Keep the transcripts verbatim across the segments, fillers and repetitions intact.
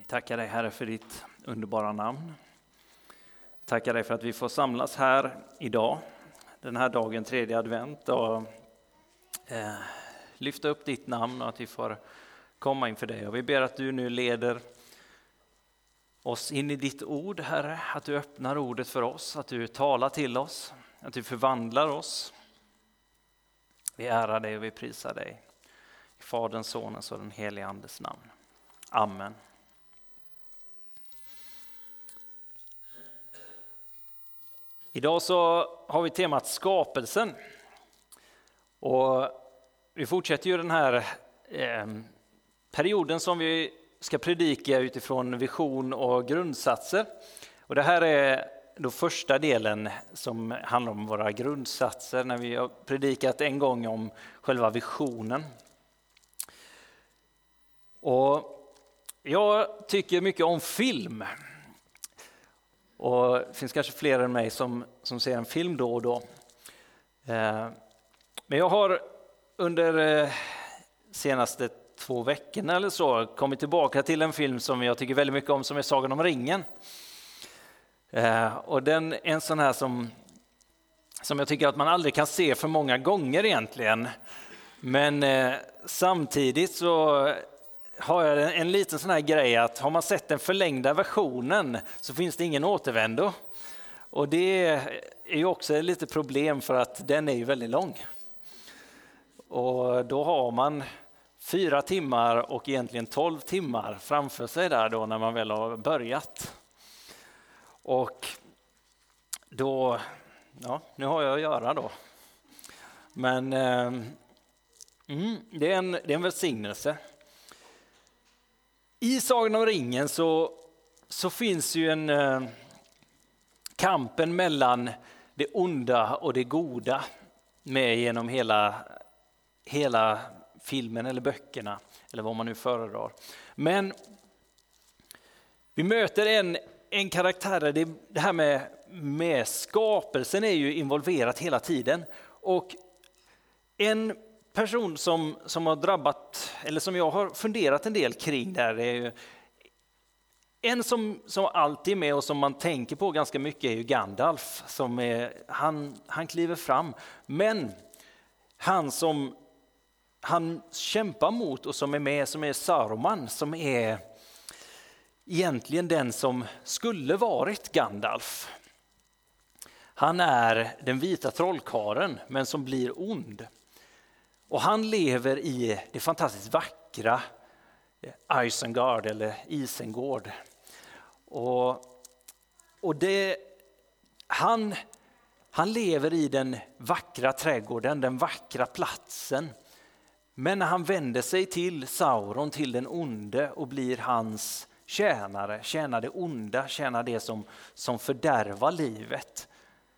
Tackar dig Herre för ditt underbara namn. Tackar dig för att vi får samlas här idag, den här dagen, tredje advent, och eh, lyfta upp ditt namn och att vi får komma inför dig. Och vi ber att du nu leder oss in i ditt ord, Herre, att du öppnar ordet för oss, att du talar till oss, att du förvandlar oss. Vi ärar dig och vi prisar dig. I Faderns, Sonens och den helige Andes namn. Amen. Idag så har vi temat skapelsen. Och vi fortsätter ju den här eh, perioden som vi ska predika utifrån vision och grundsatser. Och det här är då första delen som handlar om våra grundsatser, när vi har predikat en gång om själva visionen. Och jag tycker mycket om film. Och det finns kanske fler än mig som, som ser en film då och då. Eh, men jag har under eh, senaste två veckorna eller så kommit tillbaka till en film som jag tycker väldigt mycket om, som är Sagan om ringen. Eh, och den är en sån här som, som jag tycker att man aldrig kan se för många gånger egentligen. Men eh, samtidigt så har jag en liten sån här grej att har man sett den förlängda versionen så finns det ingen återvändo. Och det är ju också ett litet problem för att den är ju väldigt lång. Och då har man fyra timmar och egentligen tolv timmar framför sig där då när man väl har börjat. Och då, ja, nu har jag att göra då. Men eh, mm, det, är en, det är en välsignelse. I Sagan om ringen så, så finns ju en eh, kampen mellan det onda och det goda med genom hela, hela filmen eller böckerna, eller vad man nu föredrar. Men vi möter en, en karaktär där det, det här med, med skapelsen är ju involverat hela tiden. Och en person som, som har drabbat, eller som jag har funderat en del kring där, är ju en som, som alltid är med och som man tänker på ganska mycket är ju Gandalf. Som är, han, han kliver fram, men han som han kämpar mot och som är med, som är Saruman, som är egentligen den som skulle varit Gandalf. Han är den vita trollkaren, men som blir ond. Och han lever i det fantastiskt vackra Isengard eller Isengård. Och, och det, han, han lever i den vackra trädgården, den vackra platsen. Men när han vänder sig till Sauron, till den onde, och blir hans tjänare, tjänar det onda, tjänar det som, som fördärvar livet,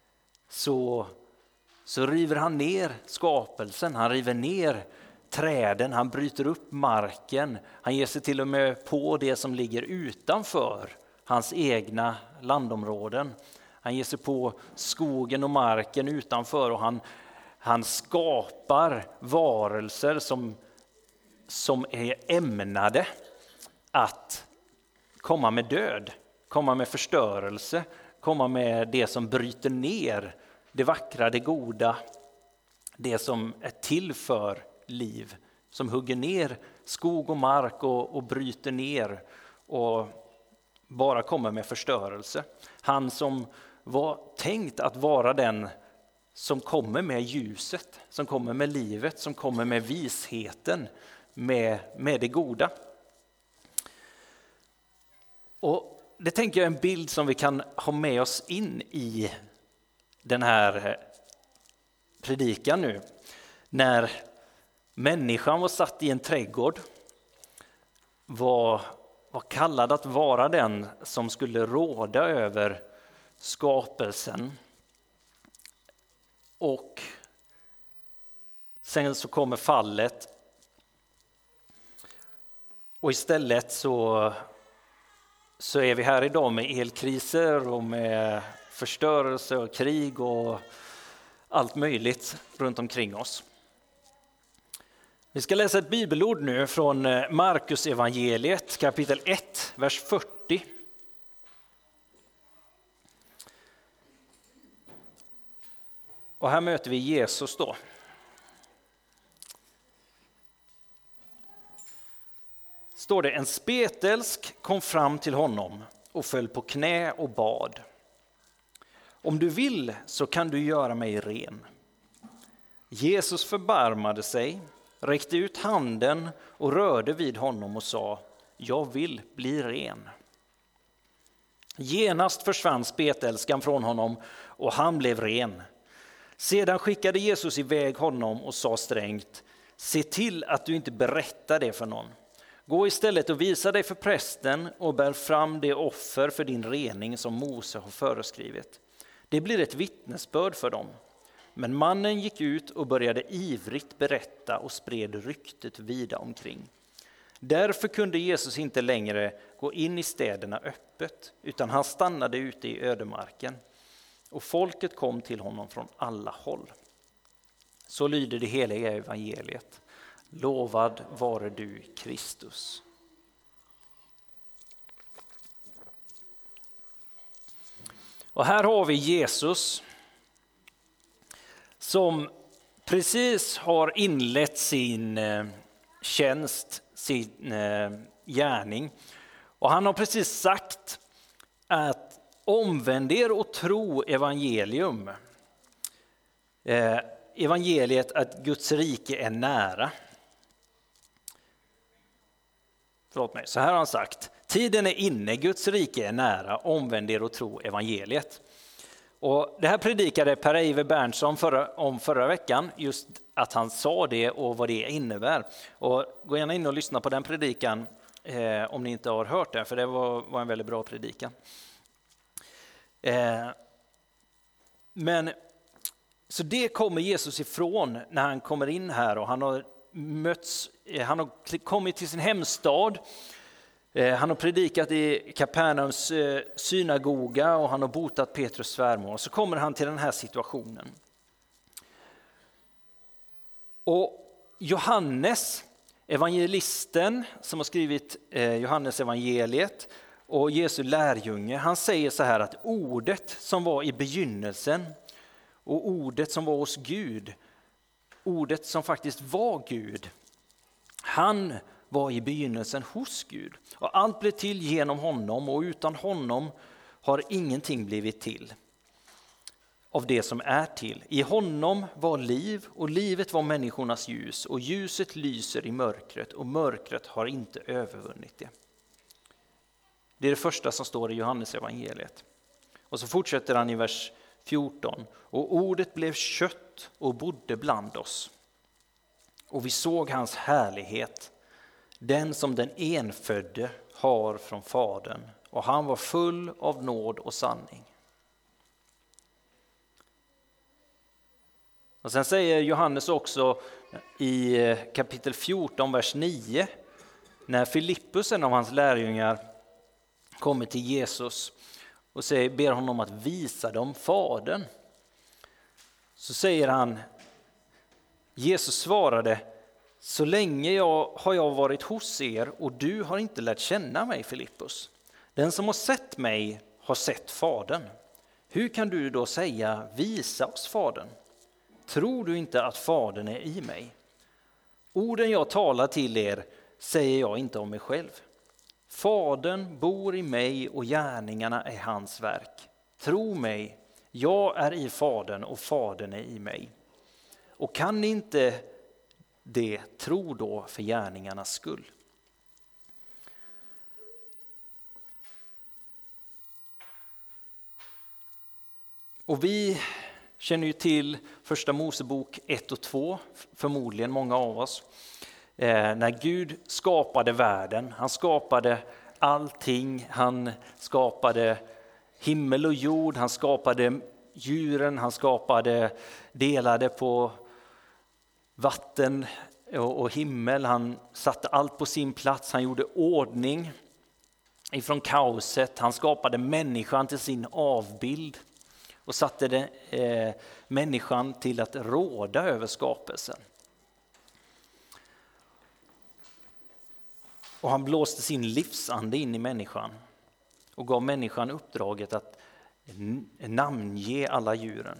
så Så river han ner skapelsen, han river ner träden, han bryter upp marken. Han ger sig till och med på det som ligger utanför hans egna landområden. Han ger sig på skogen och marken utanför, och han, han skapar varelser som, som är ämnade att komma med död, komma med förstörelse, komma med det som bryter ner det vackra, det goda, det som är till för liv, som hugger ner skog och mark och, och bryter ner och bara kommer med förstörelse. Han som var tänkt att vara den som kommer med ljuset, som kommer med livet, som kommer med visheten, med, med det goda. Och det tänker jag är en bild som vi kan ha med oss in i den här predikan nu. När människan var satt i en trädgård, var, var kallad att vara den som skulle råda över skapelsen. Och sen så kommer fallet. Och istället så, så är vi här idag med elkriser och med förstörelse och krig och allt möjligt runt omkring oss. Vi ska läsa ett bibelord nu från Markus evangeliet kapitel ett, vers fyrtio. Och här möter vi Jesus då. Står det: en spetälsk kom fram till honom och föll på knä och bad. Om du vill så kan du göra mig ren. Jesus förbarmade sig, räckte ut handen och rörde vid honom och sa: jag vill bli ren. Genast försvann spetälskan från honom och han blev ren. Sedan skickade Jesus iväg honom och sa strängt: se till att du inte berättar det för någon. Gå istället och visa dig för prästen och bär fram det offer för din rening som Mose har föreskrivit. Det blir ett vittnesbörd för dem. Men mannen gick ut och började ivrigt berätta och spred ryktet vida omkring. Därför kunde Jesus inte längre gå in i städerna öppet, utan han stannade ute i ödemarken. Och folket kom till honom från alla håll. Så lyder det heliga evangeliet. Lovad vare du, Kristus. Och här har vi Jesus som precis har inlett sin tjänst, sin gärning. Och han har precis sagt att omvänd er och tro evangelium. Eh, evangeliet att Guds rike är nära. Förlåt mig, så här har han sagt: tiden är inne, Guds rike är nära, omvänd er och tro evangeliet. Och det här predikade Per-Eive Berntsson förra, om förra veckan, just att han sa det och vad det innebär. Och gå gärna in och lyssna på den predikan eh, om ni inte har hört det, för det var, var en väldigt bra predikan. Eh, men så det kommer Jesus ifrån när han kommer in här, och han har mötts, han har kommit till sin hemstad. Han har predikat i Kapernaums synagoga och han har botat Petrus svärmor. Och så kommer han till den här situationen. Och Johannes, evangelisten som har skrivit Johannes evangeliet och Jesu lärjunge, han säger så här att ordet som var i begynnelsen och ordet som var hos Gud, ordet som faktiskt var Gud, han var i begynnelsen hos Gud. Och allt blev till genom honom, och utan honom har ingenting blivit till av det som är till. I honom var liv, och livet var människornas ljus, och ljuset lyser i mörkret, och mörkret har inte övervunnit det. Det är det första som står i Johannes evangeliet. Och så fortsätter han i vers fjorton. Och ordet blev kött och bodde bland oss. Och vi såg hans härlighet, den som den enfödde har från Fadern, och han var full av nåd och sanning. Och sen säger Johannes också i kapitel fjorton, vers nio, när Filippus, en av hans lärjungar, kommer till Jesus och säger, ber honom att visa dem Fadern. Så säger han, Jesus svarade: så länge jag har jag varit hos er och du har inte lärt känna mig, Filippus. Den som har sett mig har sett Fadern. Hur kan du då säga, visa oss Fadern? Tror du inte att Fadern är i mig? Orden jag talar till er säger jag inte om mig själv. Fadern bor i mig och gärningarna är hans verk. Tro mig, jag är i Fadern och Fadern är i mig. Och kan ni inte det, tro då för gärningarnas skull. Och vi känner ju till första Mosebok ett och två, förmodligen många av oss. Eh, när Gud skapade världen, han skapade allting, han skapade himmel och jord, han skapade djuren, han skapade, delade på vatten och himmel, han satte allt på sin plats, han gjorde ordning ifrån kaoset, han skapade människan till sin avbild och satte det, eh, människan till att råda över skapelsen. Och han blåste sin livsande in i människan och gav människan uppdraget att namnge alla djuren.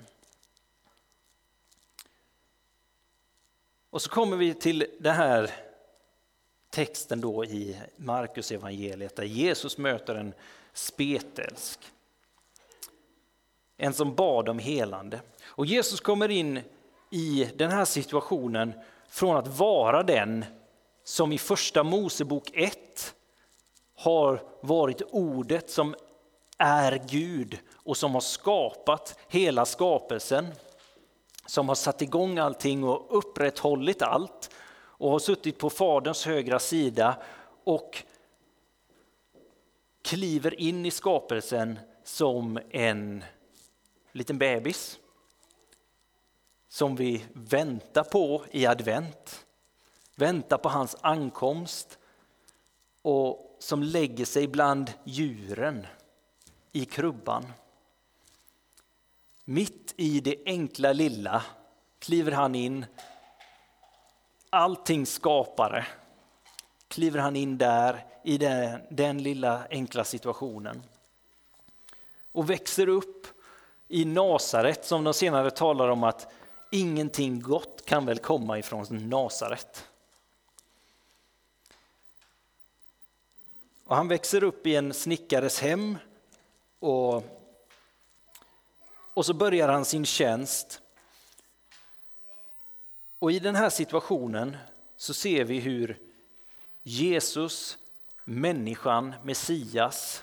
Och så kommer vi till den här texten då i Markus evangeliet där Jesus möter en spetälsk. En som bad om helande. Och Jesus kommer in i den här situationen från att vara den som i första Mosebok ett har varit ordet som är Gud och som har skapat hela skapelsen. Som har satt igång allting och upprätthållit allt och har suttit på faderns högra sida och kliver in i skapelsen som en liten bebis som vi väntar på i advent. Väntar på hans ankomst och som lägger sig bland djuren i krubban. Mitt i det enkla lilla kliver han in. Allting skapare kliver han in där i den, den lilla enkla situationen. Och växer upp i Nasaret som de senare talar om att ingenting gott kan väl komma ifrån Nasaret. Och han växer upp i en snickares hem och, och så börjar han sin tjänst. Och i den här situationen så ser vi hur Jesus, människan, Messias,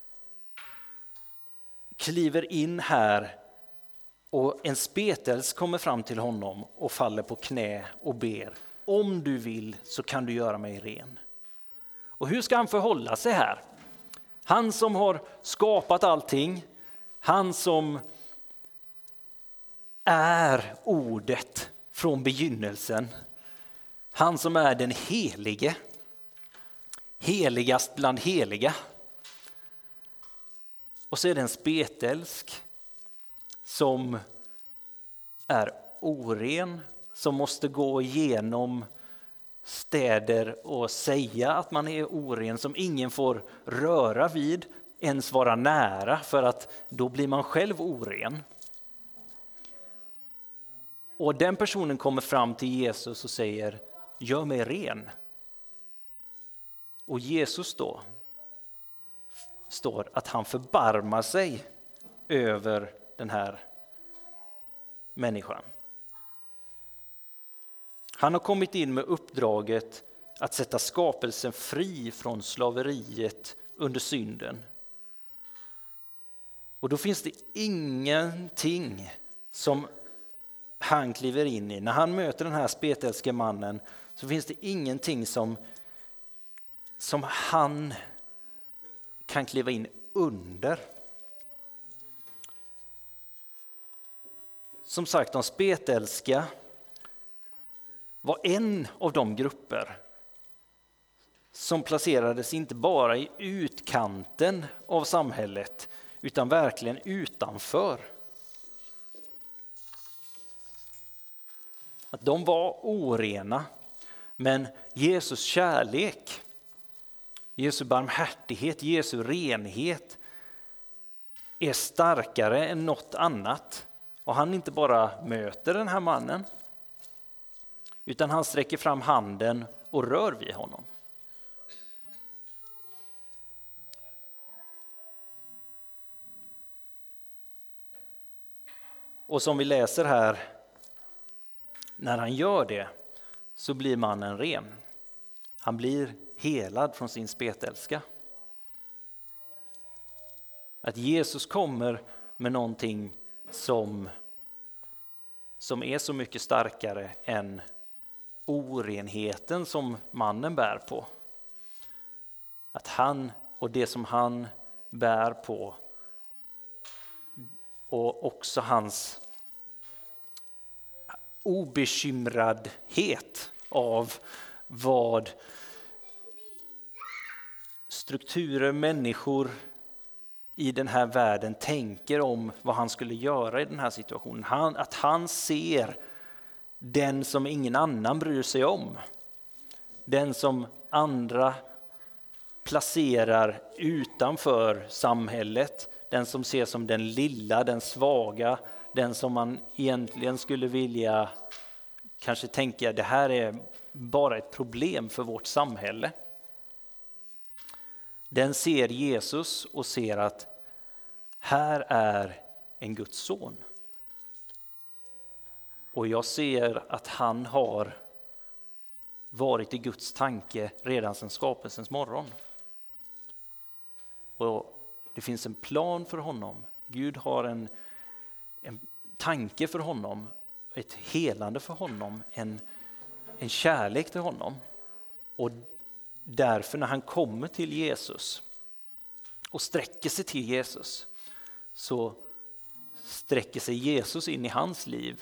kliver in här och en spetälsk kommer fram till honom och faller på knä och ber: om du vill så kan du göra mig ren. Och hur ska han förhålla sig här? Han som har skapat allting, han som är ordet från begynnelsen, han som är den helige, heligast bland heliga. Och så är det en spetälsk som är oren, som måste gå igenom städer och säga att man är oren, som ingen får röra vid, ens vara nära, för att då blir man själv oren. Och den personen kommer fram till Jesus och säger: gör mig ren. Och Jesus då står att han förbarmar sig över den här människan. Han har kommit in med uppdraget att sätta skapelsen fri från slaveriet under synden. Och då finns det ingenting som han kliver in i. När han möter den här spetälske mannen så finns det ingenting som, som han kan kliva in under. Som sagt, de spetälska var en av de grupper som placerades inte bara i utkanten av samhället utan verkligen utanför. Att de var orena, men Jesus kärlek, Jesu barmhärtighet, Jesu renhet är starkare än något annat. Och han inte bara möter den här mannen, utan han sträcker fram handen och rör vid honom. Och som vi läser här, när han gör det så blir mannen ren. Han blir helad från sin spetälska. Att Jesus kommer med någonting som, som är så mycket starkare än orenheten som mannen bär på. Att han och det som han bär på och också hans obekymradhet av vad strukturer, människor i den här världen tänker om vad han skulle göra i den här situationen. Han, att han ser den som ingen annan bryr sig om. Den som andra placerar utanför samhället, den som ses som den lilla, den svaga, den som man egentligen skulle vilja kanske tänka det här är bara ett problem för vårt samhälle. Den ser Jesus och ser att här är en Guds son. Och jag ser att han har varit i Guds tanke redan sedan skapelsens morgon. Och det finns en plan för honom. Gud har en, en tanke för honom, ett helande för honom, en, en kärlek till honom. Och därför när han kommer till Jesus och sträcker sig till Jesus, så sträcker sig Jesus in i hans liv.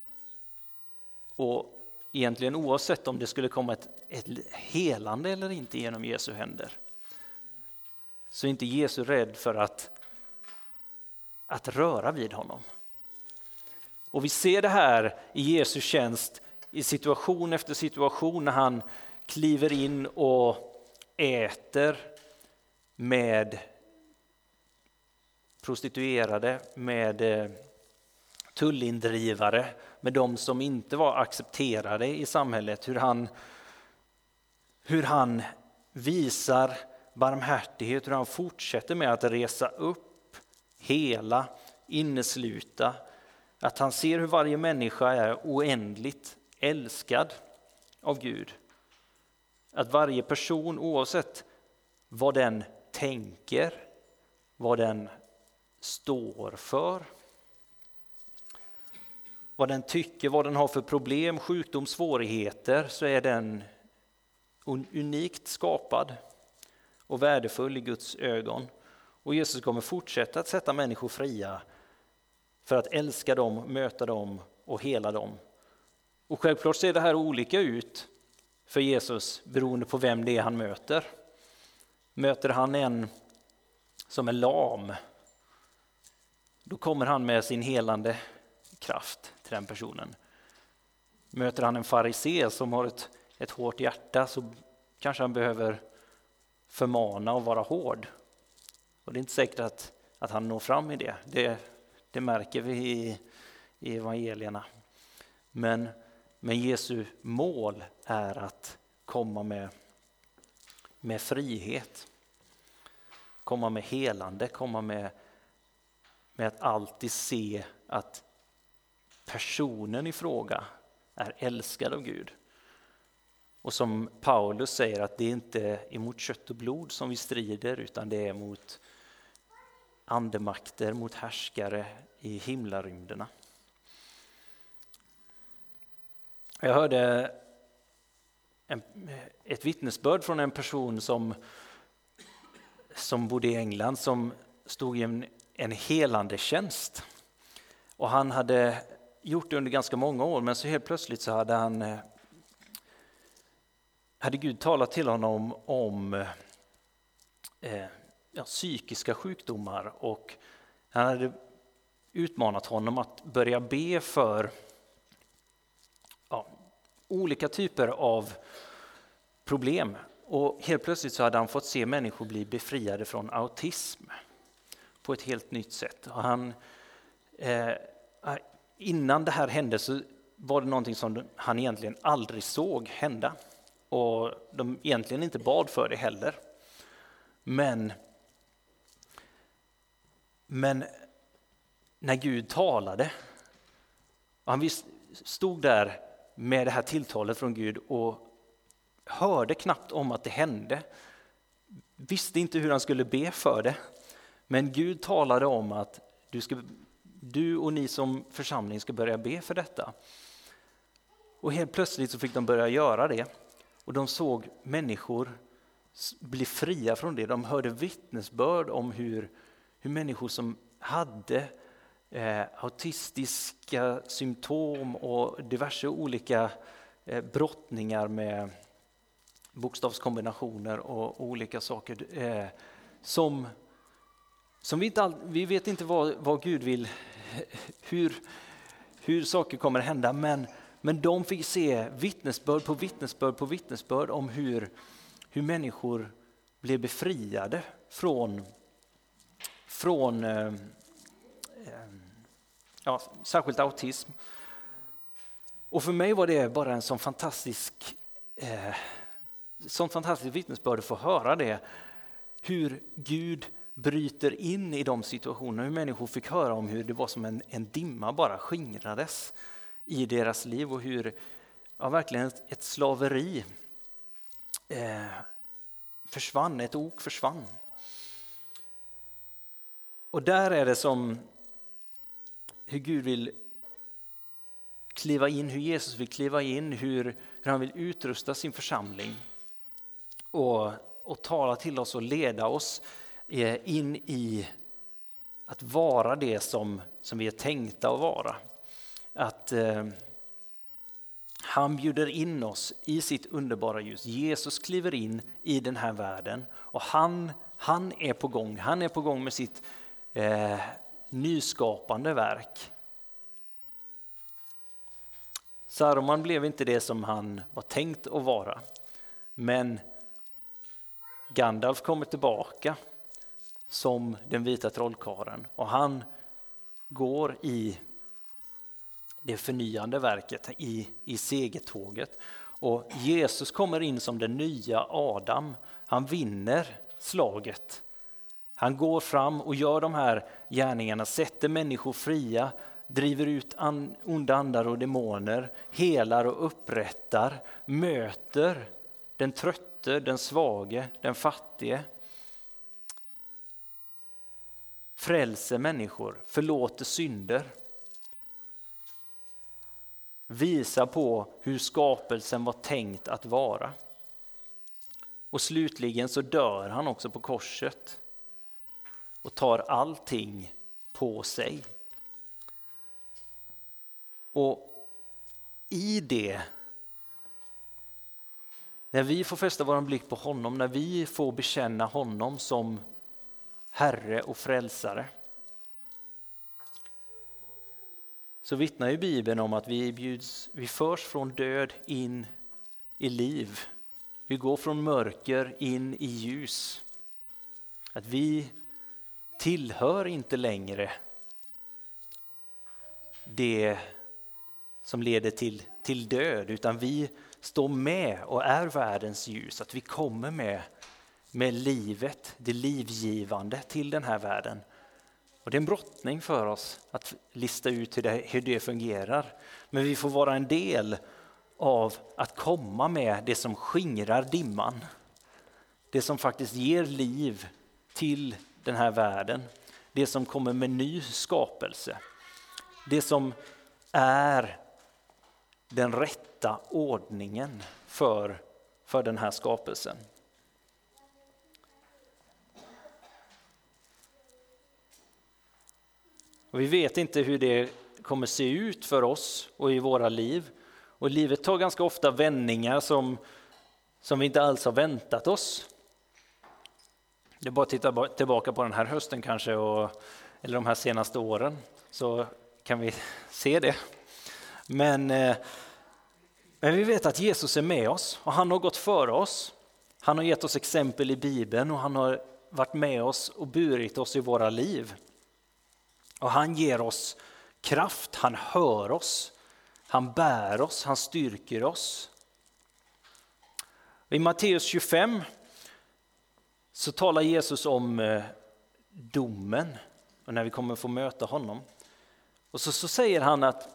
Och egentligen oavsett om det skulle komma ett, ett helande eller inte genom Jesu händer, så är inte Jesus rädd för att, att röra vid honom. Och vi ser det här i Jesu tjänst i situation efter situation när han kliver in och äter med prostituerade, med tullindrivare, med de som inte var accepterade i samhället. Hur han, hur han visar barmhärtighet, hur han fortsätter med att resa upp, hela, innesluta. Att han ser hur varje människa är oändligt älskad av Gud. Att varje person, oavsett vad den tänker, vad den står för, vad den tycker, vad den har för problem, sjukdom, svårigheter, så är den unikt skapad och värdefull i Guds ögon. Och Jesus kommer fortsätta att sätta människor fria för att älska dem, möta dem och hela dem. Och självklart ser det här olika ut för Jesus beroende på vem det är han möter. Möter han en som är lam, då kommer han med sin helande kraft till den personen. Möter han en farisé som har ett, ett hårt hjärta, så kanske han behöver förmana och vara hård. Och det är inte säkert att, att han når fram i det. Det, det märker vi i, i evangelierna. Men, men Jesu mål är att komma med, med frihet. Komma med helande, komma med, med att alltid se att personen i fråga är älskad av Gud. Och som Paulus säger, att det är inte emot kött och blod som vi strider, utan det är mot andemakter, mot härskare i himlarymderna. Jag hörde en, ett vittnesbörd från en person som, som bodde i England, som stod i en, en helande tjänst. Och han hade gjort det under ganska många år, men så helt plötsligt så hade han hade Gud talat till honom om eh, ja, psykiska sjukdomar, och han hade utmanat honom att börja be för ja, olika typer av problem. Och helt plötsligt så hade han fått se människor bli befriade från autism på ett helt nytt sätt. Och han, eh, innan det här hände så var det någonting som han egentligen aldrig såg hända. Och de egentligen inte bad för det heller. Men, men när Gud talade, och han stod där med det här tilltalet från Gud och hörde knappt om att det hände, visste inte hur han skulle be för det, men Gud talade om att du, ska, du och ni som församling ska börja be för detta. Och helt plötsligt så fick de börja göra det. Och de såg människor bli fria från det. De hörde vittnesbörd om hur, hur människor som hade eh, autistiska symptom och diverse olika eh, brottningar med bokstavskombinationer och olika saker. Eh, som, som vi, inte all, vi vet inte vad, vad Gud vill, hur, hur saker kommer att hända, men Men de fick se vittnesbörd på vittnesbörd på vittnesbörd om hur, hur människor blev befriade från, från eh, ja, särskilt autism. Och för mig var det bara en sån fantastisk eh, sån fantastisk vittnesbörd att få höra det. Hur Gud bryter in i de situationerna, hur människor fick höra om hur det var som en, en dimma bara skingrades i deras liv och hur ja, verkligen ett, ett slaveri eh, försvann, ett ok försvann. Och där är det som hur Gud vill kliva in, hur Jesus vill kliva in, hur, hur han vill utrusta sin församling och, och tala till oss och leda oss in i att vara det som, som vi är tänkta att vara. Att eh, han bjuder in oss i sitt underbara ljus. Jesus kliver in i den här världen och han, han är på gång. Han är på gång med sitt eh, nyskapande verk. Saruman blev inte det som han var tänkt att vara. Men Gandalf kommer tillbaka som den vita trollkarlen. Och han går i det förnyande verket, i, i segertåget. Och Jesus kommer in som den nya Adam. Han vinner slaget. Han går fram och gör de här gärningarna, sätter människor fria, driver ut an, onda andar och demoner, helar och upprättar, möter den trötte, den svage, den fattige. Frälser människor, förlåter synder. Visar på hur skapelsen var tänkt att vara. Och slutligen så dör han också på korset och tar allting på sig. Och i det, när vi får fästa vår blick på honom, när vi får bekänna honom som Herre och frälsare, så vittnar ju Bibeln om att vi bjuds, vi förs från död in i liv. Vi går från mörker in i ljus. Att vi tillhör inte längre det som leder till, till död, utan vi står med och är världens ljus. Att vi kommer med, med livet, det livgivande till den här världen. Och det är en brottning för oss att lista ut hur det, hur det fungerar. Men vi får vara en del av att komma med det som skingrar dimman. Det som faktiskt ger liv till den här världen. Det som kommer med ny skapelse. Det som är den rätta ordningen för, för den här skapelsen. Och vi vet inte hur det kommer se ut för oss och i våra liv. Och livet tar ganska ofta vändningar som, som vi inte alls har väntat oss. Det är bara att titta tillbaka på den här hösten kanske, och, eller de här senaste åren, så kan vi se det. Men, men vi vet att Jesus är med oss och han har gått före oss. Han har gett oss exempel i Bibeln och han har varit med oss och burit oss i våra liv. Och han ger oss kraft, han hör oss, han bär oss, han styrker oss. I Matteus tjugofem så talar Jesus om domen och när vi kommer få möta honom. Och så, så säger han att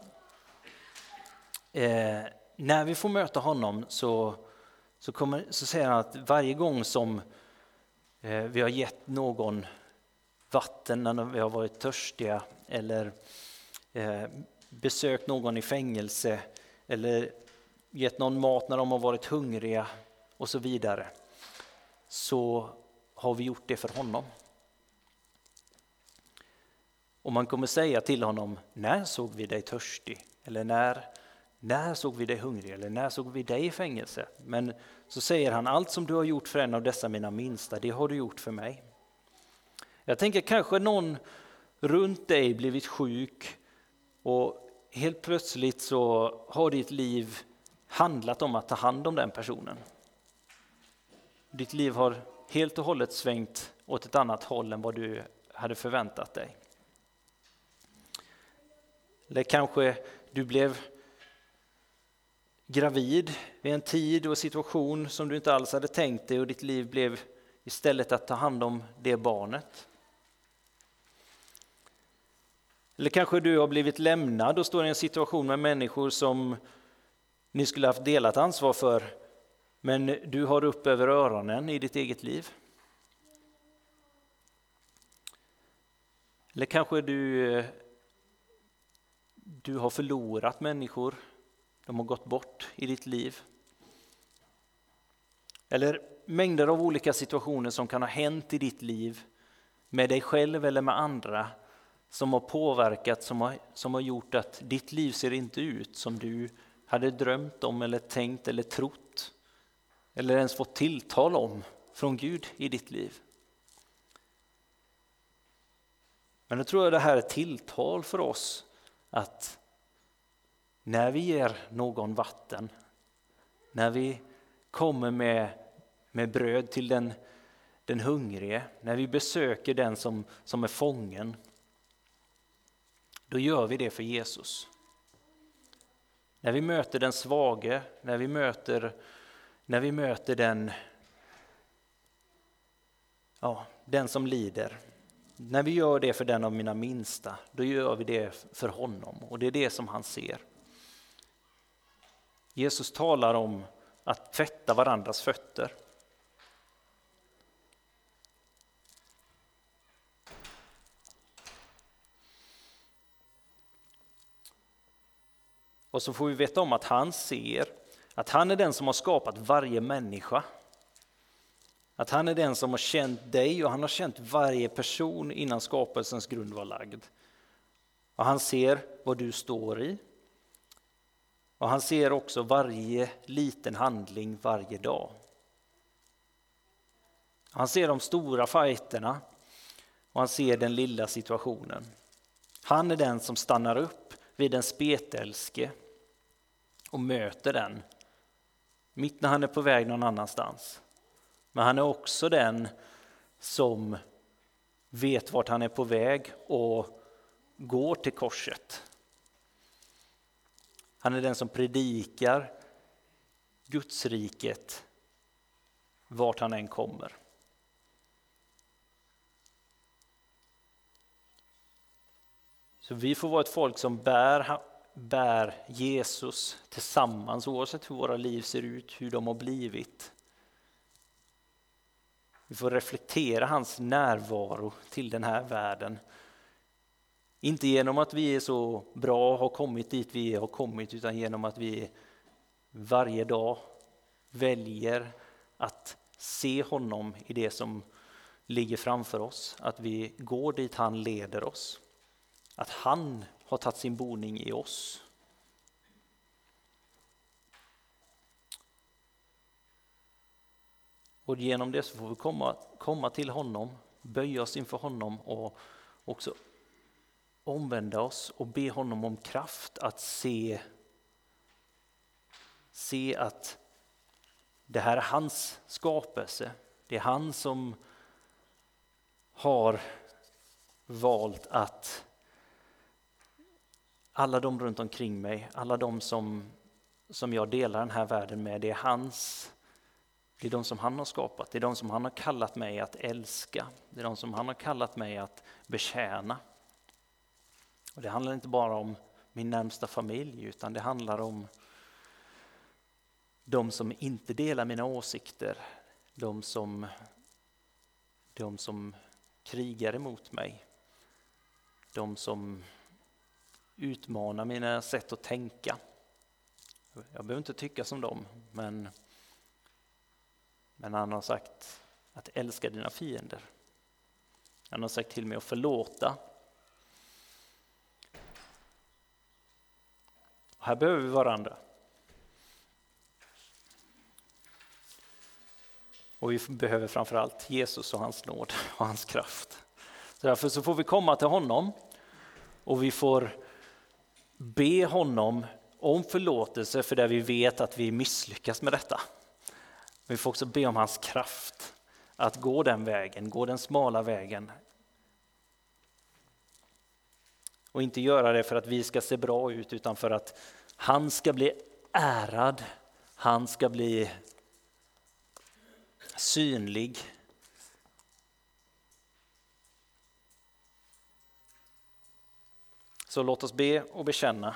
eh, när vi får möta honom så, så, kommer, så säger han att varje gång som eh, vi har gett någon vatten när vi har varit törstiga eller eh, besökt någon i fängelse eller gett någon mat när de har varit hungriga och så vidare, så har vi gjort det för honom. Och man kommer säga till honom: när såg vi dig törstig? Eller när, när såg vi dig hungrig? Eller när såg vi dig i fängelse? Men så säger han: allt som du har gjort för en av dessa mina minsta, det har du gjort för mig. Jag tänker kanske någon runt dig blivit sjuk och helt plötsligt så har ditt liv handlat om att ta hand om den personen. Ditt liv har helt och hållet svängt åt ett annat håll än vad du hade förväntat dig. Eller kanske du blev gravid vid en tid och situation som du inte alls hade tänkt dig och ditt liv blev istället att ta hand om det barnet. Eller kanske du har blivit lämnad och står i en situation med människor som ni skulle haft delat ansvar för, men du har upp över öronen i ditt eget liv. Eller kanske du, du har förlorat människor, de har gått bort i ditt liv. Eller mängder av olika situationer som kan ha hänt i ditt liv med dig själv eller med andra som har påverkat, som har, som har gjort att ditt liv ser inte ut som du hade drömt om eller tänkt eller trott eller ens fått tilltal om från Gud i ditt liv. Men då tror jag det här är tilltal för oss att när vi ger någon vatten, när vi kommer med, med bröd till den, den hungrige, när vi besöker den som, som är fången, då gör vi det för Jesus. När vi möter den svage, när vi möter, när vi möter den, ja, den som lider, när vi gör det för den av mina minsta, då gör vi det för honom och det är det som han ser. Jesus talar om att tvätta varandras fötter. Och så får vi veta om att han ser att han är den som har skapat varje människa. Att han är den som har känt dig och han har känt varje person innan skapelsens grund var lagd. Och han ser vad du står i. Och han ser också varje liten handling varje dag. Han ser de stora fighterna och han ser den lilla situationen. Han är den som stannar upp vid den spetälske och möter den mitt när han är på väg någon annanstans. Men han är också den som vet vart han är på väg och går till korset. Han är den som predikar Guds riket vart han än kommer. Så vi får vara ett folk som bär, bär Jesus tillsammans oavsett hur våra liv ser ut, hur de har blivit. Vi får reflektera hans närvaro till den här världen. Inte genom att vi är så bra och har kommit dit vi har kommit, utan genom att vi varje dag väljer att se honom i det som ligger framför oss. Att vi går dit han leder oss. Att han har tagit sin boning i oss. Och genom det så får vi komma, komma till honom, böja oss inför honom och också omvända oss och be honom om kraft att se, se att det här är hans skapelse. Det är han som har valt att alla de runt omkring mig, alla de som, som jag delar den här världen med, det är hans. Det är de som han har skapat, det är de som han har kallat mig att älska. Det är de som han har kallat mig att betjäna. Och det handlar inte bara om min närmsta familj, utan det handlar om de som inte delar mina åsikter. De som, de som krigar emot mig. De som utmanar mina sätt att tänka. Jag behöver inte tycka som dem, men, men han har sagt att älska dina fiender. Han har sagt till mig att förlåta. Och här behöver vi varandra. Och vi behöver framförallt Jesus och hans nåd och hans kraft. Så därför så får vi komma till honom och vi får be honom om förlåtelse för där vi vet att vi misslyckas med detta. Vi får också be om hans kraft att gå den vägen, gå den smala vägen. Och inte göra det för att vi ska se bra ut, utan för att han ska bli ärad, han ska bli synlig. Så låt oss be och bekänna.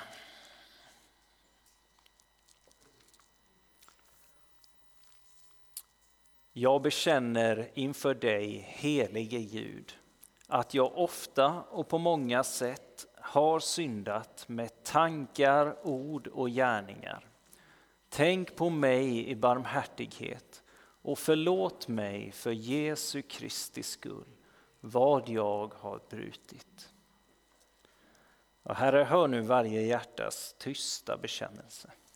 Jag bekänner inför dig, helige Gud, att jag ofta och på många sätt har syndat med tankar, ord och gärningar. Tänk på mig i barmhärtighet och förlåt mig för Jesu Kristi skull vad jag har brutit. Och Herre, hör nu varje hjärtas tysta bekännelse.